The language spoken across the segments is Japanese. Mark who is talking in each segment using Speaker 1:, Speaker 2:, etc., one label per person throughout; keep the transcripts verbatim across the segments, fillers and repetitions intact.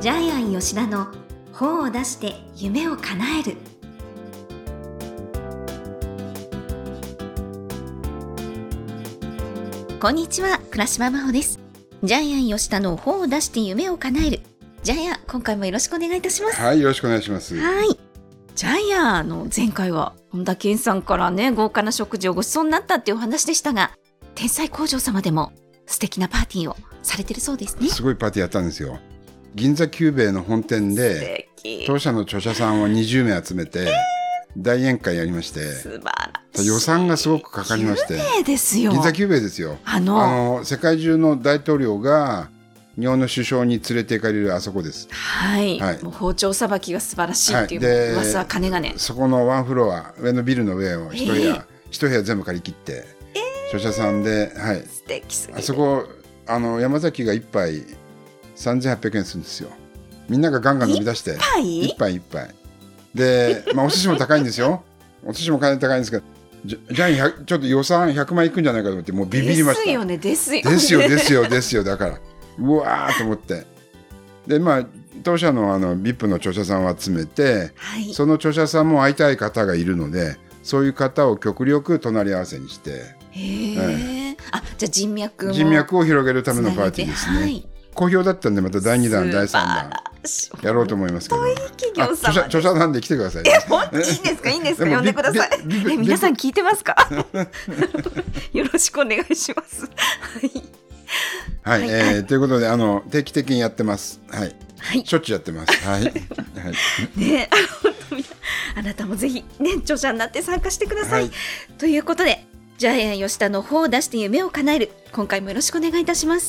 Speaker 1: ジャイアン吉田の本を出して夢を叶える。こんにちは、倉島真帆です。ジャイアン吉田の本を出して夢を叶える。ジャイアン、今回もよろしくお願いいたします。
Speaker 2: はい、よろしくお願いします。
Speaker 1: はい。ジャイアンの前回は本田健さんからね、豪華な食事をご馳走になったっていうお話でしたが、天才工場様でも素敵なパーティーをされてるそうですね。
Speaker 2: すごいパーティーやったんですよ。銀座久兵衛の本店で当社の著者さんをにじゅうめい集めて、えー、大宴会やりまして、
Speaker 1: 素晴らしい。
Speaker 2: 予算がすごくかかりまして、
Speaker 1: 久兵衛ですよ。
Speaker 2: 銀座久兵衛ですよ。あのあの世界中の大統領が日本の首相に連れて行かれるあそこです。はい、はい、
Speaker 1: もう包丁さばきが素晴らしいっていう、はい、噂は金がね。
Speaker 2: そこのワンフロア上のビルの上を一部屋、えー、一部屋全部借り切って、えー、著者さんで、はい、
Speaker 1: 素敵すぎる。
Speaker 2: あそこあの山崎が一杯さんぜんはっぴゃくえんするんですよ。みんながガンガン飲み出して
Speaker 1: 一杯
Speaker 2: 一杯一杯で、まあ、お寿司も高いんですよ。お寿司も金高いんですけど、じゃあちょっと予算ひゃくまんいくんじゃないかと思ってもうビビりました。
Speaker 1: ですよねですよね
Speaker 2: ですよですよですよだからうわーと思って、でまあ当社のあの ブイアイピー の著者さんを集めて、はい、その著者さんも会いたい方がいるので、そういう方を極力隣り合わせにして、
Speaker 1: へー、はい、あ、じゃあ人脈も
Speaker 2: 人脈を広げるためのパーティーですね、はい、好評だったんでまただいにだんだいさんだんやろうと思いますけど、
Speaker 1: いい企業様です。
Speaker 2: 著者、著者なんで来てください、ね、
Speaker 1: え、本当にいいんですかいいんですか呼んでください。え、皆さん聞いてますかよろしくお願いします。はい、
Speaker 2: はい、えー、ということであの定期的にやってます。はい、はい、しょっちゅうやってます。はい、はい、
Speaker 1: ね、あの本当にあなたもぜひね著者になって参加してください、はい、ということでジャイアン吉田の本を出して夢を叶える、今回もよろしくお願いいたします。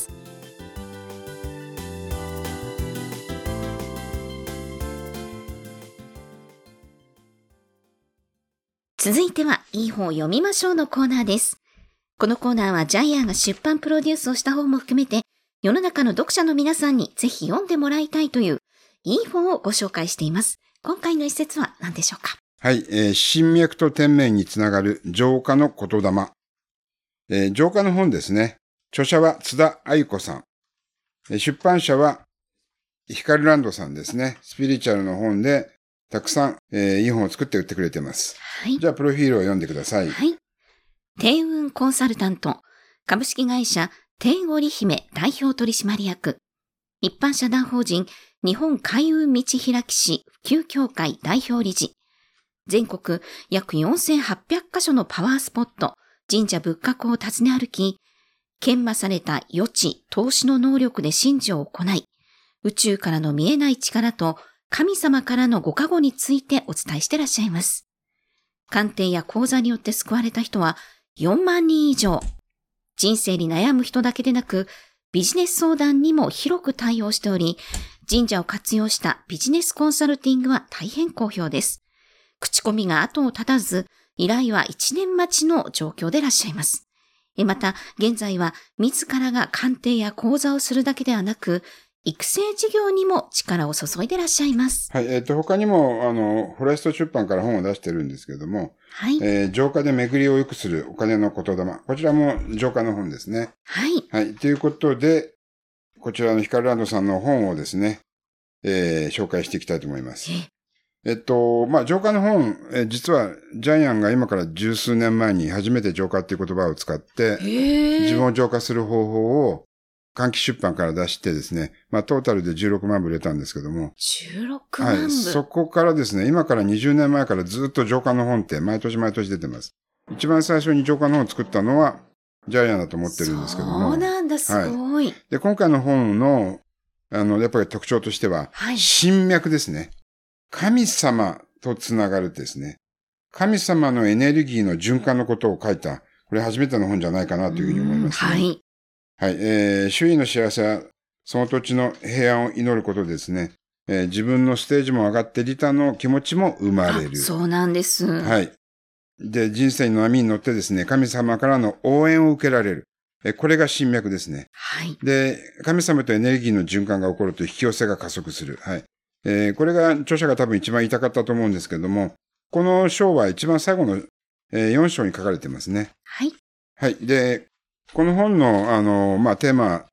Speaker 1: 続いてはいい本を読みましょうのコーナーです。このコーナーはジャイアンが出版プロデュースをした本も含めて、世の中の読者の皆さんにぜひ読んでもらいたいといういい本をご紹介しています。今回の一節は何でしょうか。
Speaker 2: はい、えー、心脈と天命につながる浄化の言霊、えー、浄化の本ですね。著者は津田愛子さん、えー、出版社はヒカルランドさんですね。スピリチュアルの本でたくさん、えー、いい本を作って売ってくれてます。はい、じゃあプロフィールを読んでください。
Speaker 1: はい。天運コンサルタント、株式会社天織姫代表取締役、一般社団法人日本開運道開き師普及協会代表理事、全国約よんせんはっぴゃくカ所のパワースポット、神社仏閣を訪ね歩き、研磨された予知、投資の能力で神事を行い、宇宙からの見えない力と神様からのご加護についてお伝えしていらっしゃいます。鑑定や講座によって救われた人はよんまんにん以上。人生に悩む人だけでなく、ビジネス相談にも広く対応しており、神社を活用したビジネスコンサルティングは大変好評です。口コミが後を絶たず、依頼はいちねん待ちの状況でいらっしゃいます。また、現在は自らが鑑定や講座をするだけではなく、育成事業にも力を注いでいらっしゃいます。
Speaker 2: はい、えっと、他にも、あの、フォレスト出版から本を出してるんですけども、はい。えー、浄化で巡りを良くするお金の言霊。こちらも浄化の本ですね。
Speaker 1: はい。
Speaker 2: はい。ということで、こちらのヒカルランドさんの本をですね、えー、紹介していきたいと思います。えっと、まあ、浄化の本、えー、実はジャイアンが今から十数年前に初めて浄化っていう言葉を使って、自分を浄化する方法を換気出版から出してですね、まあトータルでじゅうろくまんぶ売れたんですけども。
Speaker 1: じゅうろくまんぶ、はい。
Speaker 2: そこからですね、今からにじゅうねんまえからずっと浄化の本って毎年毎年出てます。一番最初に浄化の本を作ったのはジャイアンだと思ってるんですけども。
Speaker 1: そうなんだ、すごい。はい、
Speaker 2: で、今回の本の、あの、やっぱり特徴としては、はい、神脈ですね。神様とつながるですね。神様のエネルギーの循環のことを書いた、これ初めての本じゃないかなというふうに思いますね。はい。はい、えー、周囲の幸せはその土地の平安を祈ることですね、えー、自分のステージも上がって利他の気持ちも生まれる。
Speaker 1: そうなんです。
Speaker 2: はい。で、人生の波に乗ってですね、神様からの応援を受けられる。えー、これが神脈ですね。
Speaker 1: はい。
Speaker 2: で、神様とエネルギーの循環が起こると引き寄せが加速する。はい。えー、これが著者が多分一番言いたかったと思うんですけども、この章は一番最後の、えー、よん章に書かれてますね。
Speaker 1: はい。
Speaker 2: はい。で、この本の、あの、まあ、テーマ、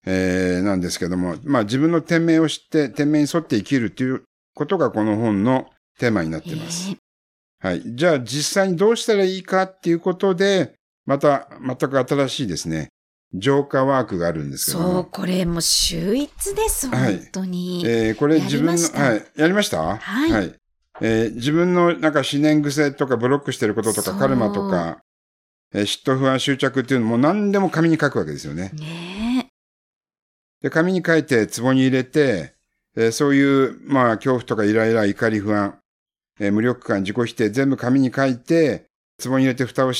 Speaker 2: えー、なんですけども、まあ自分の天命を知って天命に沿って生きるということがこの本のテーマになっています。はい。じゃあ実際にどうしたらいいかっていうことで、また全く新しいですね、浄化ワークがあるんですけども。
Speaker 1: そう、これもう秀逸です、はい、本当に。
Speaker 2: えー、これ自分の、はい。やりました？
Speaker 1: はい。
Speaker 2: はい。えー、自分のなんか思念癖とかブロックしてることとかカルマとか、えー、嫉妬不安執着っていうのも何でも紙に書くわけですよね。
Speaker 1: ねえ。
Speaker 2: で、紙に書いて壺に入れて、えー、そういう、まあ恐怖とかイライラ、怒り不安、えー、無力感、自己否定全部紙に書いて、壺に入れて蓋をして、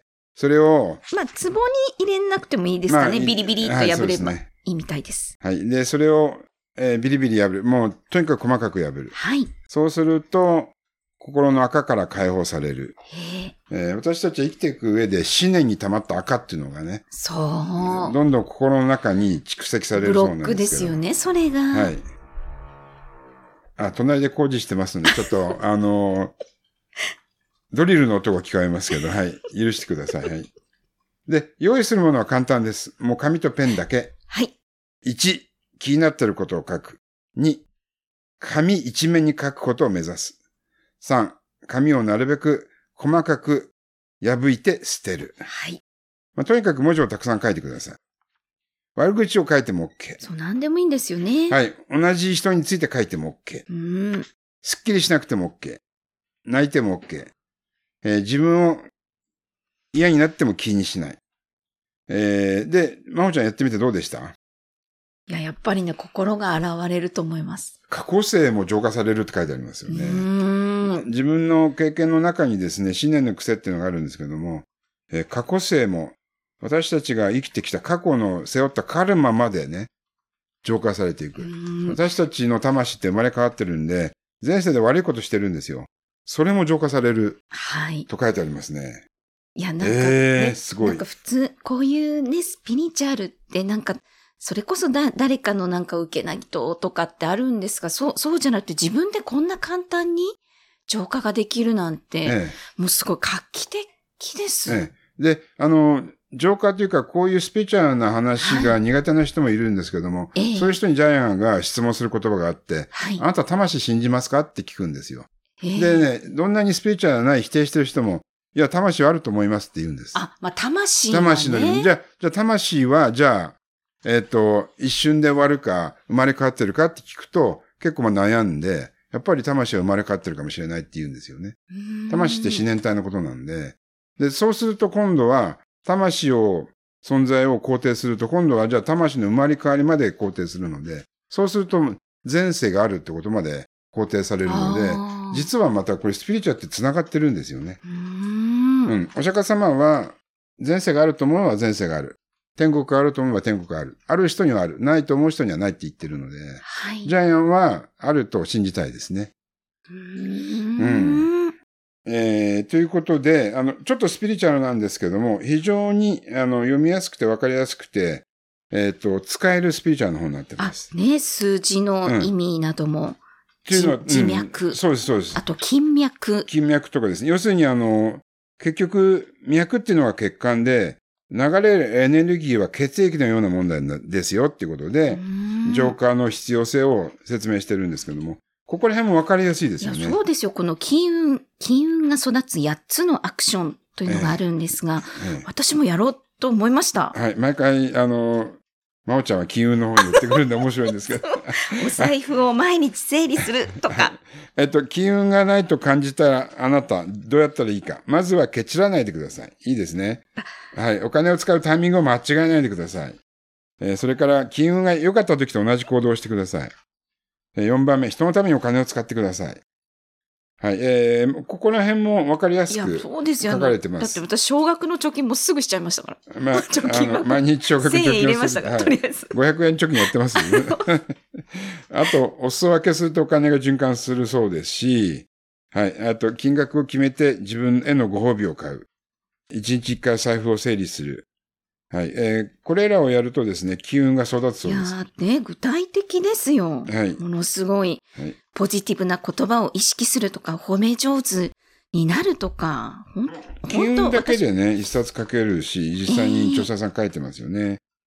Speaker 2: それを。
Speaker 1: まあ、壺に入れなくてもいいですかね。まあ、ビリビリっと破ればいいみたいです。
Speaker 2: はい。で、それを、えー、ビリビリ破る。もう、とにかく細かく破る。
Speaker 1: はい。
Speaker 2: そうすると、心の赤から解放される。
Speaker 1: へ
Speaker 2: えー、私たちは生きていく上で思念に溜まった赤っていうのがね。
Speaker 1: そう。
Speaker 2: どんどん心の中に蓄積されるそうなんですけど。
Speaker 1: ブロックですよね、それが。
Speaker 2: はい。あ、隣で工事してますので、ちょっと、あのー、ドリルの音が聞こえますけど、はい。許してください。はい。で、用意するものは簡単です。もう紙とペンだけ。
Speaker 1: はい。
Speaker 2: いち、気になっていることを書く。に、紙一面に書くことを目指す。さん、紙をなるべく細かく破いて捨てる。
Speaker 1: はい。
Speaker 2: まあ、とにかく文字をたくさん書いてください。悪口を書いても OK。
Speaker 1: そう、なんでもいいんですよね。
Speaker 2: はい。同じ人について書いても OK。
Speaker 1: うん。
Speaker 2: すっきりしなくても OK。泣いても OK。えー、自分を嫌になっても気にしない。えー、で、まほちゃんやってみてどうでした？
Speaker 1: いや、やっぱりね、心が現れると思います。
Speaker 2: 過去性も浄化されるって書いてありますよね。
Speaker 1: うーん。
Speaker 2: 自分の経験の中にですね、思念の癖っていうのがあるんですけども、えー、過去性も私たちが生きてきた過去の背負ったカルマまでね、浄化されていく。私たちの魂って生まれ変わってるんで、前世で悪いことしてるんですよ。それも浄化される。
Speaker 1: はい。
Speaker 2: と書いてありますね。
Speaker 1: いや、なんか、ね、
Speaker 2: えー、すごい。
Speaker 1: なんか普通、こういうね、スピリチュアルってなんか、それこそだ、誰かのなんか受けないととかってあるんですが、そう、そうじゃなくて自分でこんな簡単に浄化ができるなんて、ええ、もうすごい画期的です。
Speaker 2: ええ、で、あの、浄化というかこういうスピリチュアルな話が苦手な人もいるんですけども、はい、そういう人にジャイアンが質問する言葉があって、はい、あなた魂信じますかって聞くんですよ。でね、どんなにスピリチュアルなない否定してる人も、いや、魂はあると思いますって言うんです。
Speaker 1: あ、まあ、魂はね。
Speaker 2: 魂の意味。じゃあ、じゃあ魂は、じゃあ、えっと、一瞬で終わるか、生まれ変わってるかって聞くと、結構まあ悩んで、やっぱり魂は生まれ変わってるかもしれないって言うんですよね。魂って思念体のことなんで。で、そうすると今度は、魂を、存在を肯定すると、今度はじゃあ魂の生まれ変わりまで肯定するので、そうすると前世があるってことまで肯定されるので、実はまたこれスピリチュアルって繋がってるんですよね。
Speaker 1: うーん、
Speaker 2: うん。お釈迦様は、前世があると思うのは前世がある。天国があると思えば天国がある。ある人にはある。ないと思う人にはないって言ってるので、
Speaker 1: はい、
Speaker 2: ジャイアンはあると信じたいですね。
Speaker 1: うーん、
Speaker 2: うん。えー、ということで、あの、ちょっとスピリチュアルなんですけども、非常に、あの、読みやすくて分かりやすくて、えっと、使えるスピリチュアルの本になってます。
Speaker 1: あ、ね、数字の意味なども。うん
Speaker 2: っていうのは、
Speaker 1: 自脈、
Speaker 2: うん。そうです、そうです。
Speaker 1: あと、筋脈。
Speaker 2: 筋脈とかですね。要するに、あの、結局、脈っていうのは血管で、流れるエネルギーは血液のような問題ですよっていうことで、浄化の必要性を説明してるんですけども、ここら辺も分かりやすいですよね。
Speaker 1: いや、そうですよ。この金運、金運が育つやっつのアクションというのがあるんですが、えええ、私もやろうと思いました。
Speaker 2: はい。毎回、あの、まおちゃんは金運の方に言ってくるんで面白いんですけど。
Speaker 1: お財布を毎日整理するとか。
Speaker 2: えっと、金運がないと感じたら、あなた、どうやったらいいか。まずはケチらないでください。いいですね。はい。お金を使うタイミングを間違えないでください。えー、それから、金運が良かった時と同じ行動をしてください。えー、よんばんめ、人のためにお金を使ってください。はい。えー、ここら辺も分かりやすく書かれてます。
Speaker 1: だって私、少額の貯金もすぐしちゃいましたから。
Speaker 2: まあ、貯金はあの毎日少額貯金をする。
Speaker 1: せんえん入れましたから、はい、とりあえず。
Speaker 2: ごひゃくえん貯金やってますよね。あと、お裾分けするとお金が循環するそうですし、はい。あと、金額を決めて自分へのご褒美を買う。一日一回財布を整理する。はい。えー、これらをやるとですね、機運が育つそうです。
Speaker 1: いやーね、具体的ですよ。はい。ものすごい。はい。ポジティブな言葉を意識するとか、褒め上手になるとか、ほん
Speaker 2: 機運だけでね、一冊書けるし、実際に著者さん書いてますよね。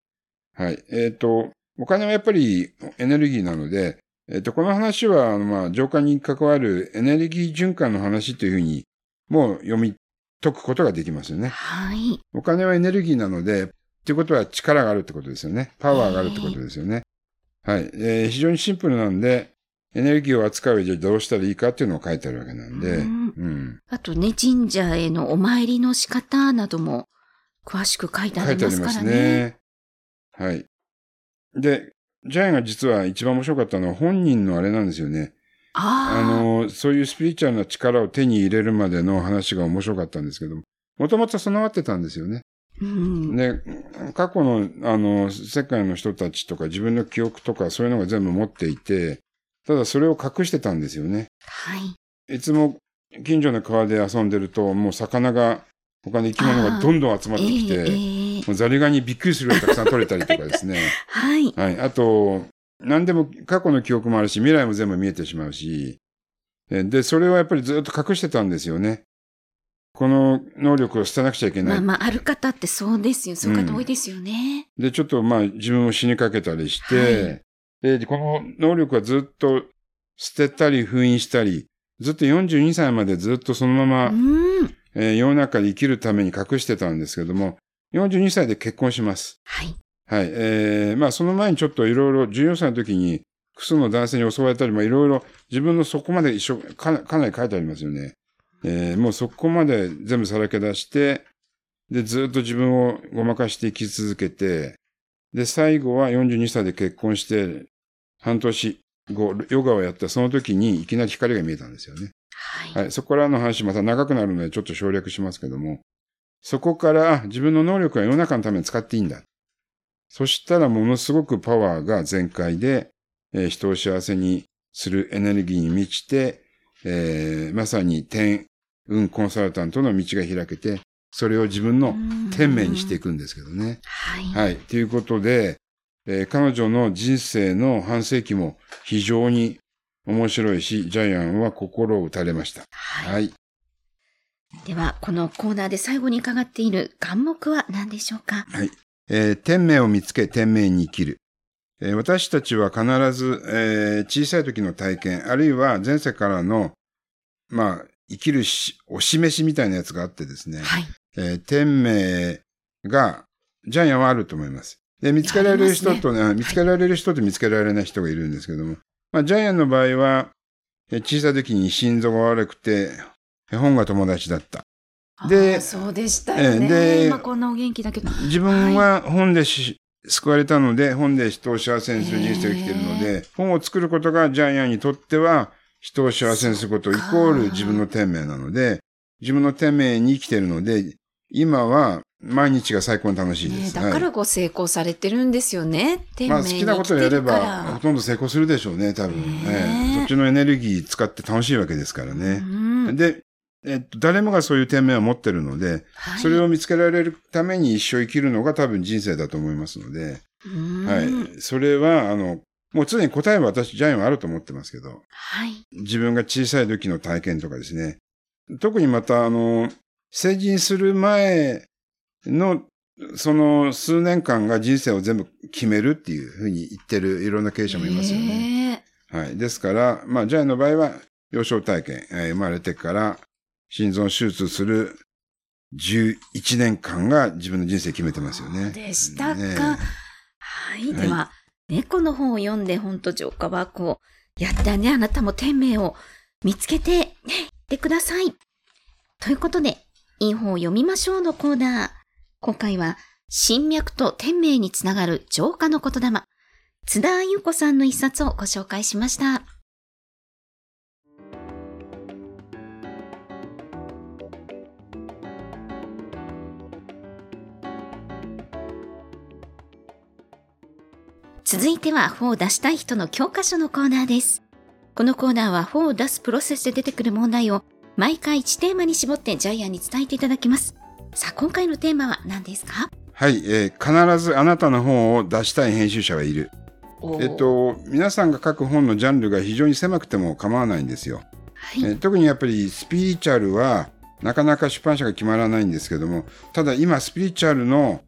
Speaker 2: はい。えっと、お金はやっぱりエネルギーなので、えっと、この話は、まあ、浄化に関わるエネルギー循環の話というふうに、もう読み解くことができますよね。
Speaker 1: はい。
Speaker 2: お金はエネルギーなので、っていうことは力があるってことですよね。パワーがあるってことですよね。はい。えー、非常にシンプルなんで、エネルギーを扱う上でどうしたらいいかっていうのを書いてあるわけなんで。うん。うん、
Speaker 1: あとね、神社へのお参りの仕方なども詳しく書いてありますからね。書いてありますね。
Speaker 2: はい。で、ジャイアンが実は一番面白かったのは本人のあれなんですよね。ああの、そういうスピリチュアルな力を手に入れるまでの話が面白かったんですけども、もともと備わってたんですよね。
Speaker 1: うん、
Speaker 2: で、過去の、あの、世界の人たちとか自分の記憶とかそういうのが全部持っていて、ただそれを隠してたんですよね。
Speaker 1: はい。
Speaker 2: いつも近所の川で遊んでると、もう魚が、他の生き物がどんどん集まってきて、えーえー、もうザリガニびっくりするようにたくさん取れたりとかですね。
Speaker 1: はい。
Speaker 2: はい。あと、何でも過去の記憶もあるし、未来も全部見えてしまうし、で、それをやっぱりずっと隠してたんですよね。この能力を捨てなくちゃいけない。
Speaker 1: まあまあ、ある方ってそうですよ。そういう方多いですよね。
Speaker 2: うん、で、ちょっとまあ自分を死にかけたりして、はい、で、この能力はずっと捨てたり封印したり、ずっとよんじゅうにさいまでずっとそのまま、
Speaker 1: うん
Speaker 2: えー、世の中で生きるために隠してたんですけども、よんじゅうにさいで結婚します。
Speaker 1: はい。
Speaker 2: はい。えー、まあその前にちょっといろいろじゅうよんさいの時に複数の男性に襲われたり、まあいろいろ自分のそこまで一緒か、かなり書いてありますよね。えー、もうそこまで全部さらけ出して、で、ずっと自分をごまかして生き続けて、で、最後はよんじゅうにさいで結婚して、半年後、ヨガをやったその時にいきなり光が見えたんですよね。
Speaker 1: はい。
Speaker 2: はい。そこからの話また長くなるのでちょっと省略しますけども、そこから、自分の能力は世の中のために使っていいんだ。そしたらものすごくパワーが全開で、えー、人を幸せにするエネルギーに満ちて、えー、まさに天運コンサルタントの道が開けて、それを自分の天命にしていくんですけどね。
Speaker 1: はい。
Speaker 2: はい。ということで、えー、彼女の人生の半世紀も非常に面白いし、ジャイアンは心を打たれました。
Speaker 1: はい。
Speaker 2: はい、
Speaker 1: では、このコーナーで最後に伺っている願目は何でしょうか？
Speaker 2: はい。えー、天命を見つけ、天命に生きる。えー、私たちは必ず、えー、小さい時の体験、あるいは前世からの、まあ、生きるし、お示しみたいなやつがあってですね。
Speaker 1: はい。
Speaker 2: えー、天命が、ジャイアンはあると思います。で、見つけられる人とね、見つけられる人と見つけられない人がいるんですけども、まあ、ジャイアンの場合は、えー、小さい時に心臓が悪くて、本が友達だった。
Speaker 1: で、そうでしたよね。で、まあ、こんなお元気だけど。
Speaker 2: 自分は本でし、はい、救われたので、本で人を幸せにする人生を生きているので、本を作ることがジャイアンにとっては、人を幸せにすることイコール自分の天命なので、自分の天命に生きているので、今は毎日が最高に楽しいです。
Speaker 1: ね、だからご成功されてるんですよね。はい、天命に生きてるから。まあ好きなことをやれば、
Speaker 2: ほとんど成功するでしょうね、多分。ね、そっちのエネルギー使って楽しいわけですからね。うん、で、えっと、誰もがそういう天命を持ってるので、はい、それを見つけられるために一生生きるのが多分人生だと思いますので、はい。それは、あの、もう常に答えは私、ジャイアンはあると思ってますけど、
Speaker 1: はい。
Speaker 2: 自分が小さい時の体験とかですね、特にまた、あの、成人する前の、その数年間が人生を全部決めるっていうふうに言ってるいろんな経営者もいますよね。はい。ですから、まあ、ジャイアンの場合は、幼少体験、えー、生まれてから、心臓手術するじゅういちねんかんが自分の人生決めてますよね。
Speaker 1: そうでしたか。ね、はい。では、はい、猫の本を読んで本当浄化ワークをやったね。あなたも天命を見つけて、ね、いってください。ということで、いい本を読みましょうのコーナー。今回は、心脈と天命につながる浄化の言霊。津田優子さんの一冊をご紹介しました。続いては、本を出したい人の教科書のコーナーです。このコーナーは本を出すプロセスで出てくる問題を毎回いちテーマに絞ってジャイアンに伝えていただきます。さあ、今回のテーマは何ですか？
Speaker 2: はい、えー、必ずあなたの本を出したい編集者はいる。えっと、皆さんが書く本のジャンルが非常に狭くても構わないんですよ。はい、えー、特にやっぱりスピリチュアルはなかなか出版社が決まらないんですけども、ただ今スピリチュアルの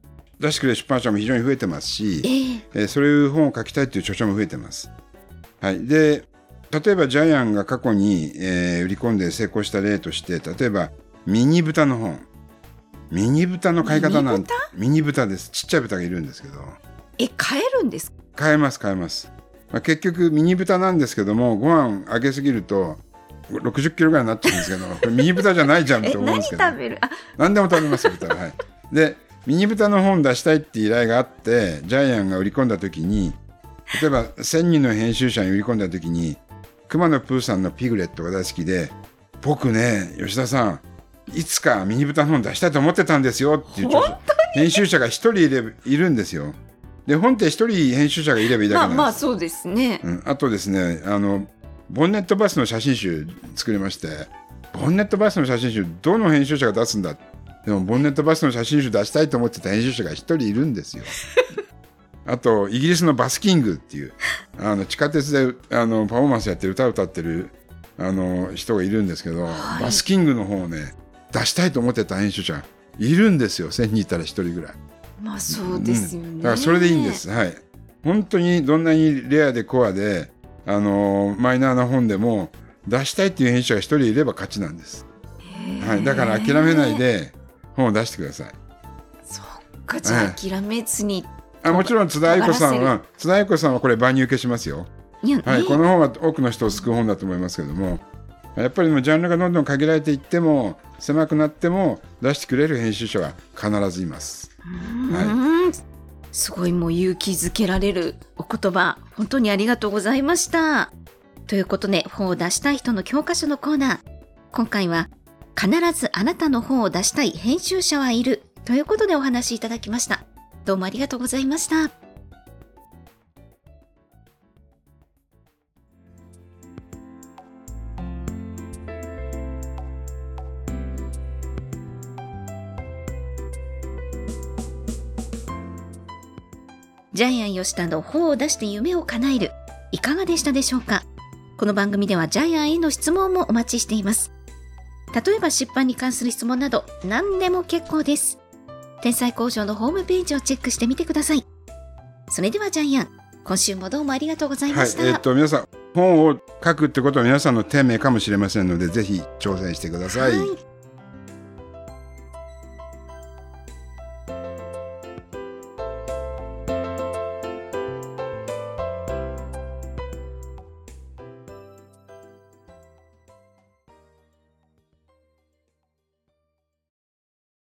Speaker 2: 出してくれる出版社も非常に増えてますし、
Speaker 1: えー
Speaker 2: えー、そういう本を書きたいという著書も増えてます。はい、で例えばジャイアンが過去に、えー、売り込んで成功した例として、例えばミニ豚の本、ミニ豚の飼い方なんて、ミニ豚です。ちっちゃい豚がいるんですけど。
Speaker 1: え、飼えるんですか？
Speaker 2: 飼えます飼えます、まあ、結局ミニ豚なんですけども、ご飯あげすぎるとろくじゅっキロぐらいになっちゃうんですけどこれミニ豚じゃないじゃんって思うんですけど
Speaker 1: え、何食べる？あ、
Speaker 2: 何でも食べます豚は、はい、でミニ豚の本出したいって依頼があって、ジャイアンが売り込んだ時に、例えばせんにんの編集者に売り込んだ時に、熊野プーさんのピグレットが大好きで、僕ね吉田さんいつかミニ豚の本出したいと思ってたんですよっていう編集者が一人いればいるんですよ。で本って一人編集者がいればいいだけなんです。
Speaker 1: まあまあそうですね、
Speaker 2: うん、あとですね、あのボンネットバスの写真集作りまして、ボンネットバスの写真集どの編集者が出すんだ。でもボンネットバスの写真集出したいと思ってた編集者が一人いるんですよあとイギリスのバスキングっていうあの地下鉄であのパフォーマンスやってる歌を歌ってるあの人がいるんですけど、はい、バスキングの方をね出したいと思ってた編集者いるんですよ。せんにんいたらひとりぐらい。
Speaker 1: まあそうですよね、うん、
Speaker 2: だからそれでいいんです。はい、本当にどんなにレアでコアであのマイナーな本でも出したいっていう編集者がひとりいれば勝ちなんです。はい、だから諦めないで本を出してください。
Speaker 1: そっか、じゃあ諦めずに、
Speaker 2: はい、あもちろん津田愛子さんは津田愛子さんはこれ万人受けしますよ。
Speaker 1: いや、
Speaker 2: はい、この本は多くの人を救う本だと思いますけども、やっぱりジャンルがどんどん限られていっても狭くなっても出してくれる編集者は必ずいます。
Speaker 1: はい、すごいもう勇気づけられるお言葉、本当にありがとうございました。ということで、本を出したい人の教科書のコーナー、今回は必ずあなたの本を出したい編集者はいるということでお話しいただきました。どうもありがとうございました。ジャイアン吉田の本を出して夢を叶える、いかがでしたでしょうか？この番組ではジャイアンへの質問もお待ちしています。例えば出版に関する質問など何でも結構です。天才工場のホームページをチェックしてみてください。それではジャイアン、今週もどうもありがとうございました。
Speaker 2: はい、えー、っと皆さん、本を書くってことは皆さんの天命かもしれませんので、ぜひ挑戦してください。はい。